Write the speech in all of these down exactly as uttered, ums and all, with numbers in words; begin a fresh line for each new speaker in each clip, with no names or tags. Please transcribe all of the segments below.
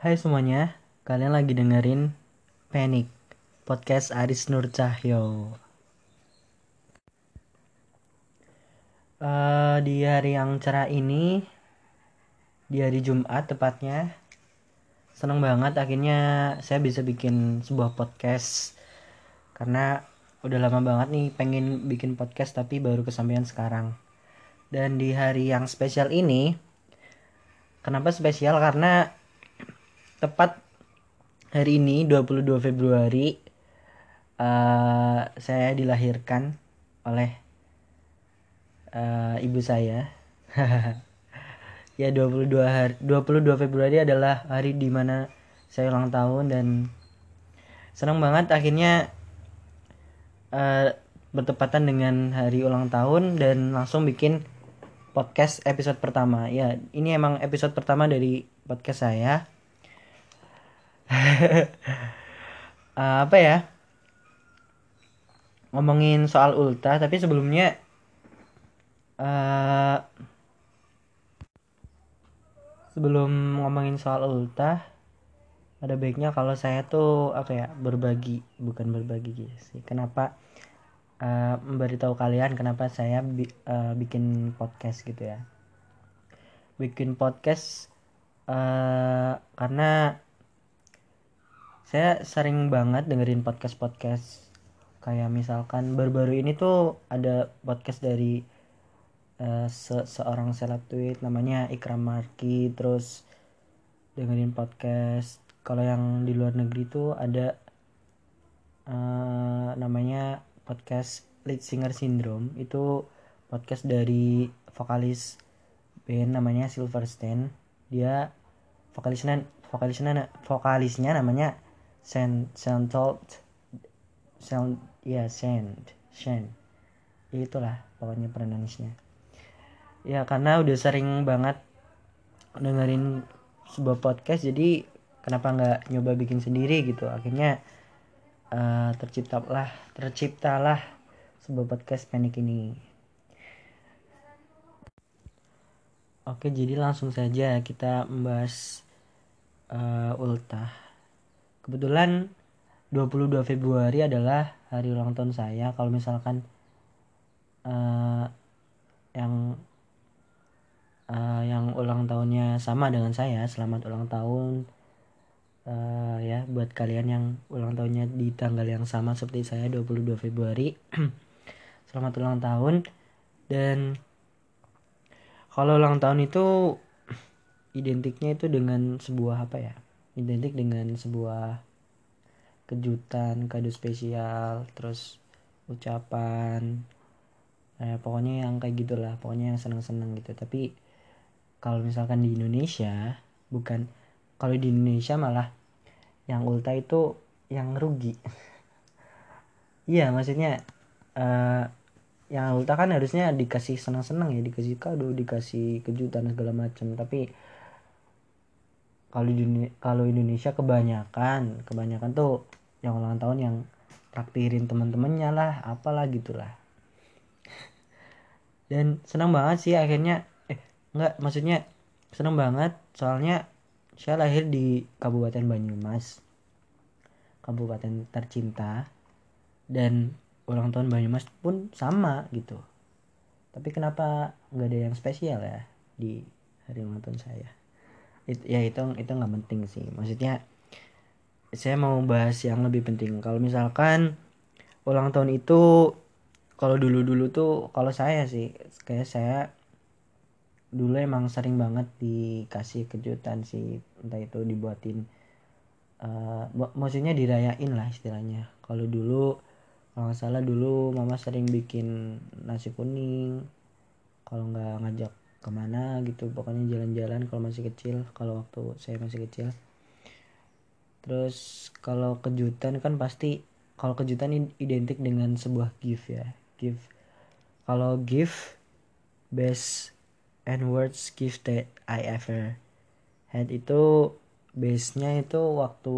Hai semuanya, kalian lagi dengerin Panic, podcast Aris Nur Cahyo. Eh, di hari yang cerah ini, di hari Jumat tepatnya, seneng banget akhirnya saya bisa bikin sebuah podcast. Karena udah lama banget nih pengen bikin podcast tapi baru kesampaian sekarang. Dan di hari yang spesial ini, kenapa spesial? Karena tepat hari ini dua puluh dua Februari eh, saya dilahirkan oleh eh, ibu saya. Ya dua puluh dua hari dua puluh dua Februari adalah hari dimana saya ulang tahun dan senang banget akhirnya eh, bertepatan dengan hari ulang tahun dan langsung bikin podcast episode pertama. Ya, ini emang episode pertama dari podcast saya. Eh, apa ya? Ngomongin soal ultah, tapi sebelumnya eh sebelum ngomongin soal ultah, ada baiknya kalau saya tuh apa ya, berbagi, bukan berbagi sih. Kenapa uh, memberitahu kalian kenapa saya bi- uh, bikin podcast gitu ya. Bikin podcast uh, karena saya sering banget dengerin podcast-podcast kayak misalkan baru-baru ini tuh ada podcast dari uh, se- seorang seleb tweet namanya Ikram Marki. Terus dengerin podcast kalau yang di luar negeri tuh ada uh, namanya podcast Lead Singer Syndrome. Itu podcast dari vokalis band namanya Silverstein. Dia vokalisnya vokalisnya vokalisnya namanya Sand Sandtold Sound ya Sand Sand itulah pokoknya pronunciasinya. Ya karena udah sering banget dengerin sebuah podcast, jadi kenapa nggak nyoba bikin sendiri gitu. Akhirnya uh, terciptalah terciptalah sebuah podcast Panic ini. Oke, jadi langsung saja kita membahas uh, ultah. Kebetulan dua puluh dua Februari adalah hari ulang tahun saya. Kalau misalkan uh, yang uh, yang ulang tahunnya sama dengan saya, selamat ulang tahun uh, ya buat kalian yang ulang tahunnya di tanggal yang sama seperti saya, dua puluh dua Februari. Selamat ulang tahun. Dan kalau ulang tahun itu identiknya itu dengan sebuah apa ya? Identik dengan sebuah kejutan, kado spesial, terus ucapan, eh, pokoknya yang kayak gitulah, pokoknya yang seneng-seneng gitu. Tapi kalau misalkan di Indonesia, bukan, kalau di Indonesia malah yang ulta itu yang rugi. Iya, maksudnya eh, yang ulta kan harusnya dikasih senang-senang ya, dikasih kado, dikasih kejutan segala macam. Tapi kalau di kalau Indonesia kebanyakan kebanyakan tuh yang ulang tahun yang traktirin teman-temannya lah, apalah gitulah. Dan senang banget sih akhirnya, eh enggak, maksudnya senang banget soalnya saya lahir di Kabupaten Banyumas, kabupaten tercinta, dan ulang tahun Banyumas pun sama gitu. Tapi kenapa nggak ada yang spesial ya di hari ulang tahun saya? It, ya itu itu nggak penting sih, maksudnya saya mau bahas yang lebih penting. Kalau misalkan ulang tahun itu, kalau dulu-dulu tuh, kalau saya sih kayak saya dulu emang sering banget dikasih kejutan sih, entah itu dibuatin uh, maksudnya dirayain lah istilahnya. Kalau dulu kalau nggak salah dulu mama sering bikin nasi kuning, kalau nggak ngajak kemana gitu, pokoknya jalan-jalan kalau masih kecil, kalau waktu saya masih kecil. Terus kalau kejutan kan pasti, kalau kejutan identik dengan sebuah gift ya, gift. Kalau gift, best and worst gift that I ever had itu, base nya itu waktu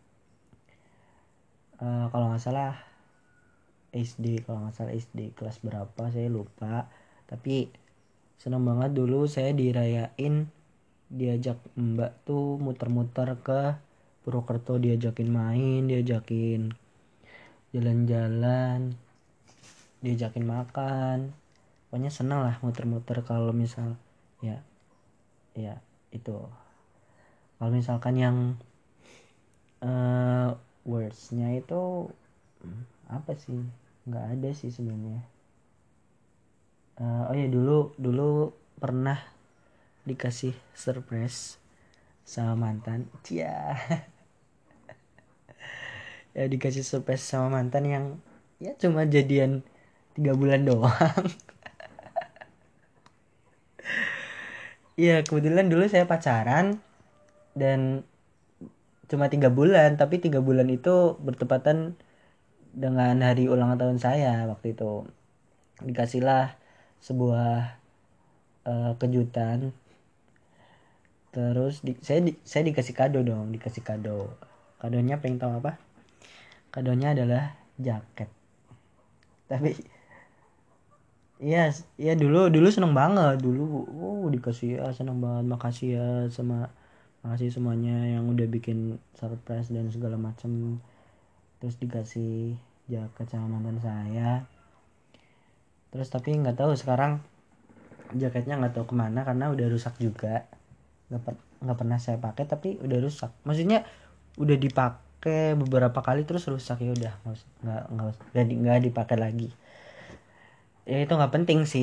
uh, kalau nggak salah S D, kalau nggak salah S D kelas berapa saya lupa. Tapi seneng banget dulu saya dirayain diajak mbak tuh muter-muter ke Purwokerto, diajakin main, diajakin jalan-jalan, diajakin makan, pokoknya seneng lah muter-muter. Kalau misal ya ya itu, kalau misalkan yang uh, wordsnya itu apa sih, nggak ada sih sebenarnya. Uh, oh ya dulu dulu pernah dikasih surprise sama mantan, cia ya dikasih surprise sama mantan yang ya cuma jadian tiga bulan doang. Iya kebetulan dulu saya pacaran dan cuma tiga bulan, tapi tiga bulan itu bertepatan dengan hari ulang tahun saya. Waktu itu dikasihlah sebuah uh, kejutan. Terus di, saya di, saya dikasih kado dong, dikasih kado. Kadonya pengen tahu apa? Kadonya adalah jaket. Tapi iya, iya dulu dulu seneng banget dulu. Oh dikasih ya seneng banget, makasih ya sama makasih semuanya yang udah bikin surprise dan segala macam. Terus dikasih jaket sama mantan saya. Terus tapi nggak tahu sekarang jaketnya nggak tahu kemana karena udah rusak juga. Nggak per, nggak pernah saya pakai tapi udah rusak. Maksudnya udah dipakai beberapa kali terus rusak, ya udah nggak nggak nggak nggak dipakai lagi. Ya itu nggak penting sih.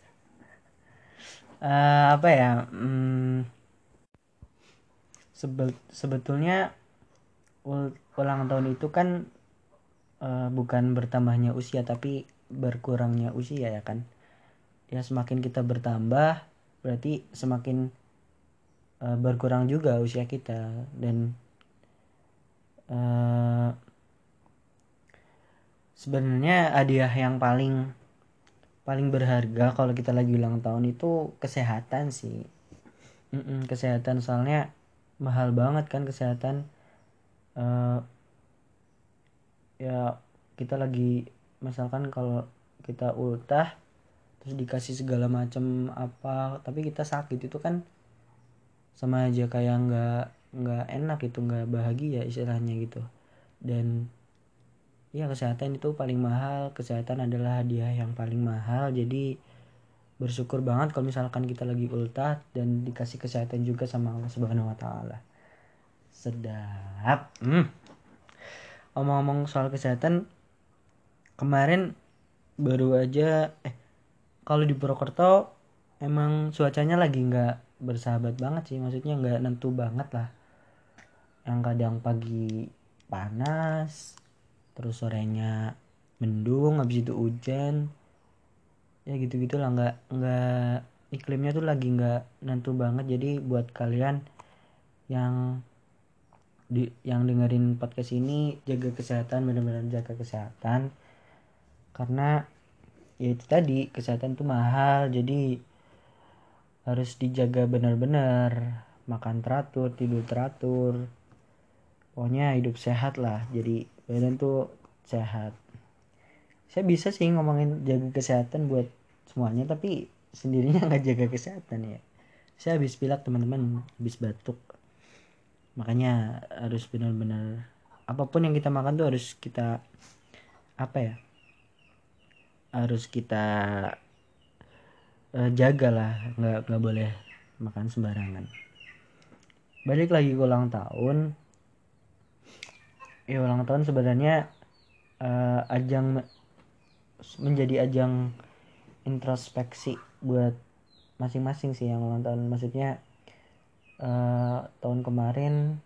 uh, apa ya? Hmm, sebe- sebetulnya ul- ulang tahun itu kan uh, bukan bertambahnya usia tapi berkurangnya usia ya kan. Ya semakin kita bertambah berarti semakin uh, berkurang juga usia kita. Dan uh, sebenarnya hadiah yang paling paling berharga kalau kita lagi ulang tahun itu kesehatan sih. Mm-mm, kesehatan, soalnya mahal banget kan kesehatan. uh, ya kita lagi misalkan kalau kita ultah terus dikasih segala macam apa tapi kita sakit, itu kan sama aja kayak nggak nggak enak, itu nggak bahagia istilahnya gitu. Dan ya kesehatan itu paling mahal, kesehatan adalah hadiah yang paling mahal. Jadi bersyukur banget kalau misalkan kita lagi ultah dan dikasih kesehatan juga sama Allah Subhanahu wa taala. Sedap. Hmm. Omong-omong soal kesehatan, kemarin baru aja eh kalau di Purwokerto emang cuacanya lagi nggak bersahabat banget sih, maksudnya nggak nentu banget lah. Yang kadang pagi panas, terus sorenya mendung, habis itu hujan. Ya gitu-gitu lah, nggak nggak iklimnya tuh lagi nggak nentu banget. Jadi buat kalian yang di yang dengerin podcast ini, jaga kesehatan, benar-benar jaga kesehatan, karena ya itu tadi kesehatan tuh mahal. Jadi harus dijaga benar-benar, makan teratur, tidur teratur, pokoknya hidup sehat lah jadi badan tuh sehat. Saya bisa sih ngomongin jaga kesehatan buat semuanya tapi sendirinya nggak jaga kesehatan ya. Saya habis pilek teman-teman, habis batuk, makanya harus benar-benar apapun yang kita makan tuh harus kita apa ya, harus kita uh, jaga lah, nggak nggak boleh makan sembarangan. Balik lagi ke ulang tahun. Ya ulang tahun sebenarnya uh, ajang menjadi ajang introspeksi buat masing-masing sih yang ulang tahun. Maksudnya uh, tahun kemarin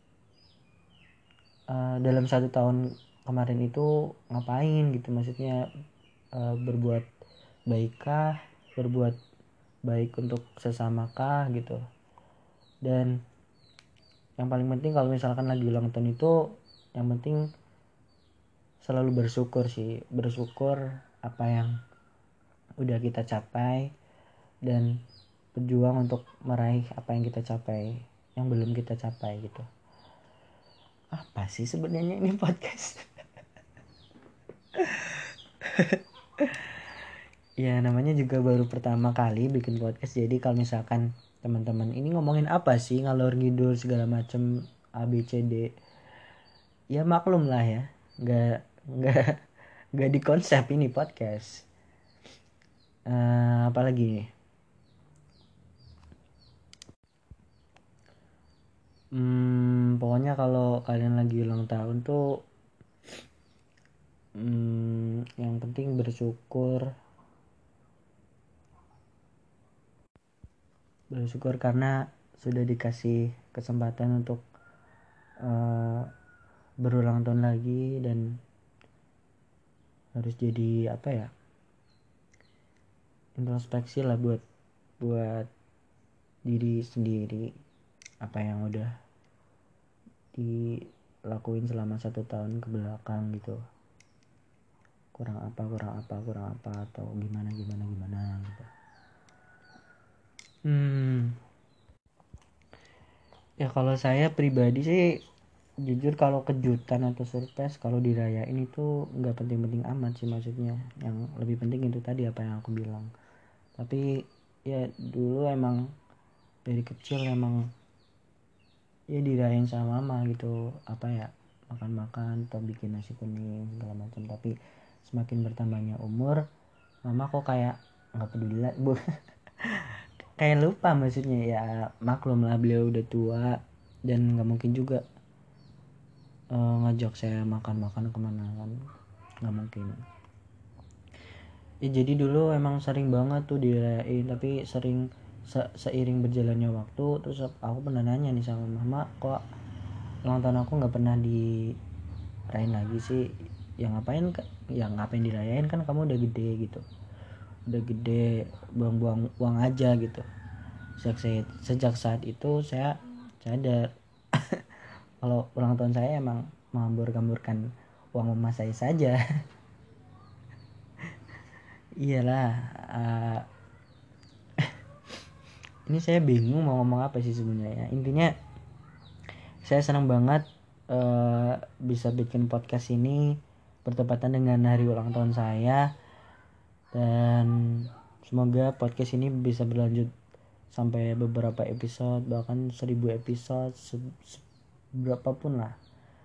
uh, dalam satu tahun kemarin itu ngapain gitu, maksudnya uh, berbuat baikkah, berbuat baik untuk sesama kah gitu. Dan yang paling penting kalau misalkan lagi ulang tahun itu yang penting selalu bersyukur sih, bersyukur apa yang udah kita capai dan berjuang untuk meraih apa yang kita capai, yang belum kita capai gitu. Apa sih sebenarnya ini podcast? Ya namanya juga baru pertama kali bikin podcast, jadi kalau misalkan teman-teman ini ngomongin apa sih, ngalor ngidul segala macem A B C D. Ya maklum lah ya, nggak nggak nggak di konsep ini podcast. Uh, apalagi nih, hmm, pokoknya kalau kalian lagi ulang tahun tuh, hmm, yang penting bersyukur, bersyukur karena sudah dikasih kesempatan untuk uh, berulang tahun lagi, dan harus jadi apa ya, introspeksi lah buat buat diri sendiri, apa yang udah dilakuin selama satu tahun ke belakang gitu, kurang apa kurang apa kurang apa atau gimana gimana gimana gitu. Hmm, ya kalau saya pribadi sih jujur, kalau kejutan atau surprise kalau dirayain itu nggak penting-penting amat sih, maksudnya yang lebih penting itu tadi apa yang aku bilang. Tapi ya dulu emang dari kecil emang ya dirayain sama mama gitu, apa ya, makan-makan atau bikin nasi kuning segala macam. Tapi semakin bertambahnya umur, mama kok kayak nggak peduli lah bu. Kayak lupa, maksudnya ya maklum lah beliau udah tua dan nggak mungkin juga uh, ngajak saya makan-makan kemana kan, nggak mungkin. Ya jadi dulu emang sering banget tuh dirayain, tapi sering se- seiring berjalannya waktu terus aku pernah nanya nih sama mama, kok ulang tahun aku nggak pernah dirayain lagi sih, yang ngapain yang ngapain dirayain, kan kamu udah gede gitu, udah gede buang-buang uang aja gitu. Sejak, sejak saat itu saya sadar kalau ulang tahun saya emang menghambur-hamburkan uang mama saya saja. Iyalah, uh, ini saya bingung mau ngomong apa sih sebenarnya. Intinya saya senang banget uh, bisa bikin podcast ini bertepatan dengan hari ulang tahun saya, dan semoga podcast ini bisa berlanjut sampai beberapa episode, bahkan seribu episode, se- se- berapapun lah.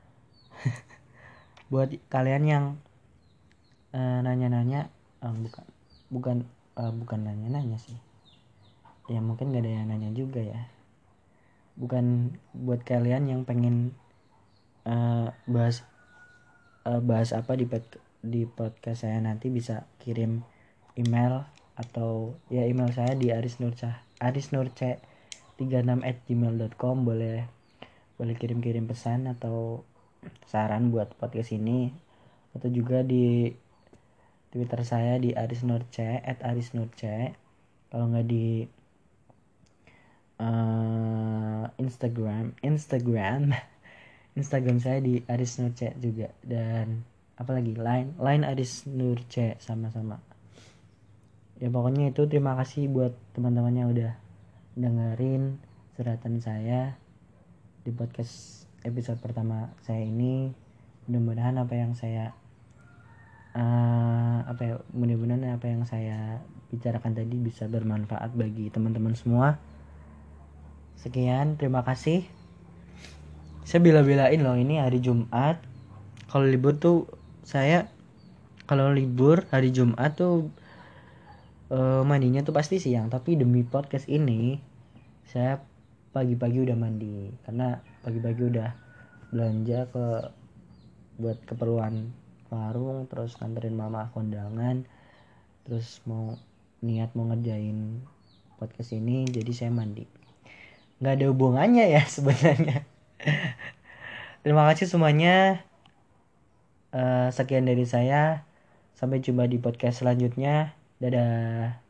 Buat kalian yang uh, nanya-nanya, uh, bukan bukan uh, bukan nanya-nanya sih, ya mungkin gak ada yang nanya juga ya. Bukan buat kalian yang pengen uh, bahas uh, bahas apa di pod- di podcast saya, nanti bisa kirim email, atau ya email saya di arisnurca arisnurce tiga enam at gmail dot com. boleh boleh kirim-kirim pesan atau saran buat podcast ini, atau juga di Twitter saya di arisnurce at arisnurce. Kalau nggak di uh, Instagram Instagram Instagram saya di Aris Nurce juga, dan apalagi line line Aris Nurce sama-sama. Ya pokoknya itu, terima kasih buat teman-teman yang udah dengerin curhatan saya di podcast episode pertama saya ini. Mudah-mudahan apa yang saya uh, apa ya mudah-mudahan apa yang saya bicarakan tadi bisa bermanfaat bagi teman-teman semua. Sekian, terima kasih. Saya bela-belain loh, ini hari Jumat. Kalau libur tuh saya kalau libur hari Jumat tuh uh, mandinya tuh pasti siang, tapi demi podcast ini saya pagi-pagi udah mandi, karena pagi-pagi udah belanja ke buat keperluan warung, terus nganterin mama kondangan, terus mau niat mau ngerjain podcast ini, jadi saya mandi. Nggak ada hubungannya ya sebenarnya. Terima kasih semuanya. Uh, sekian dari saya. Sampai jumpa di podcast selanjutnya. Dadah.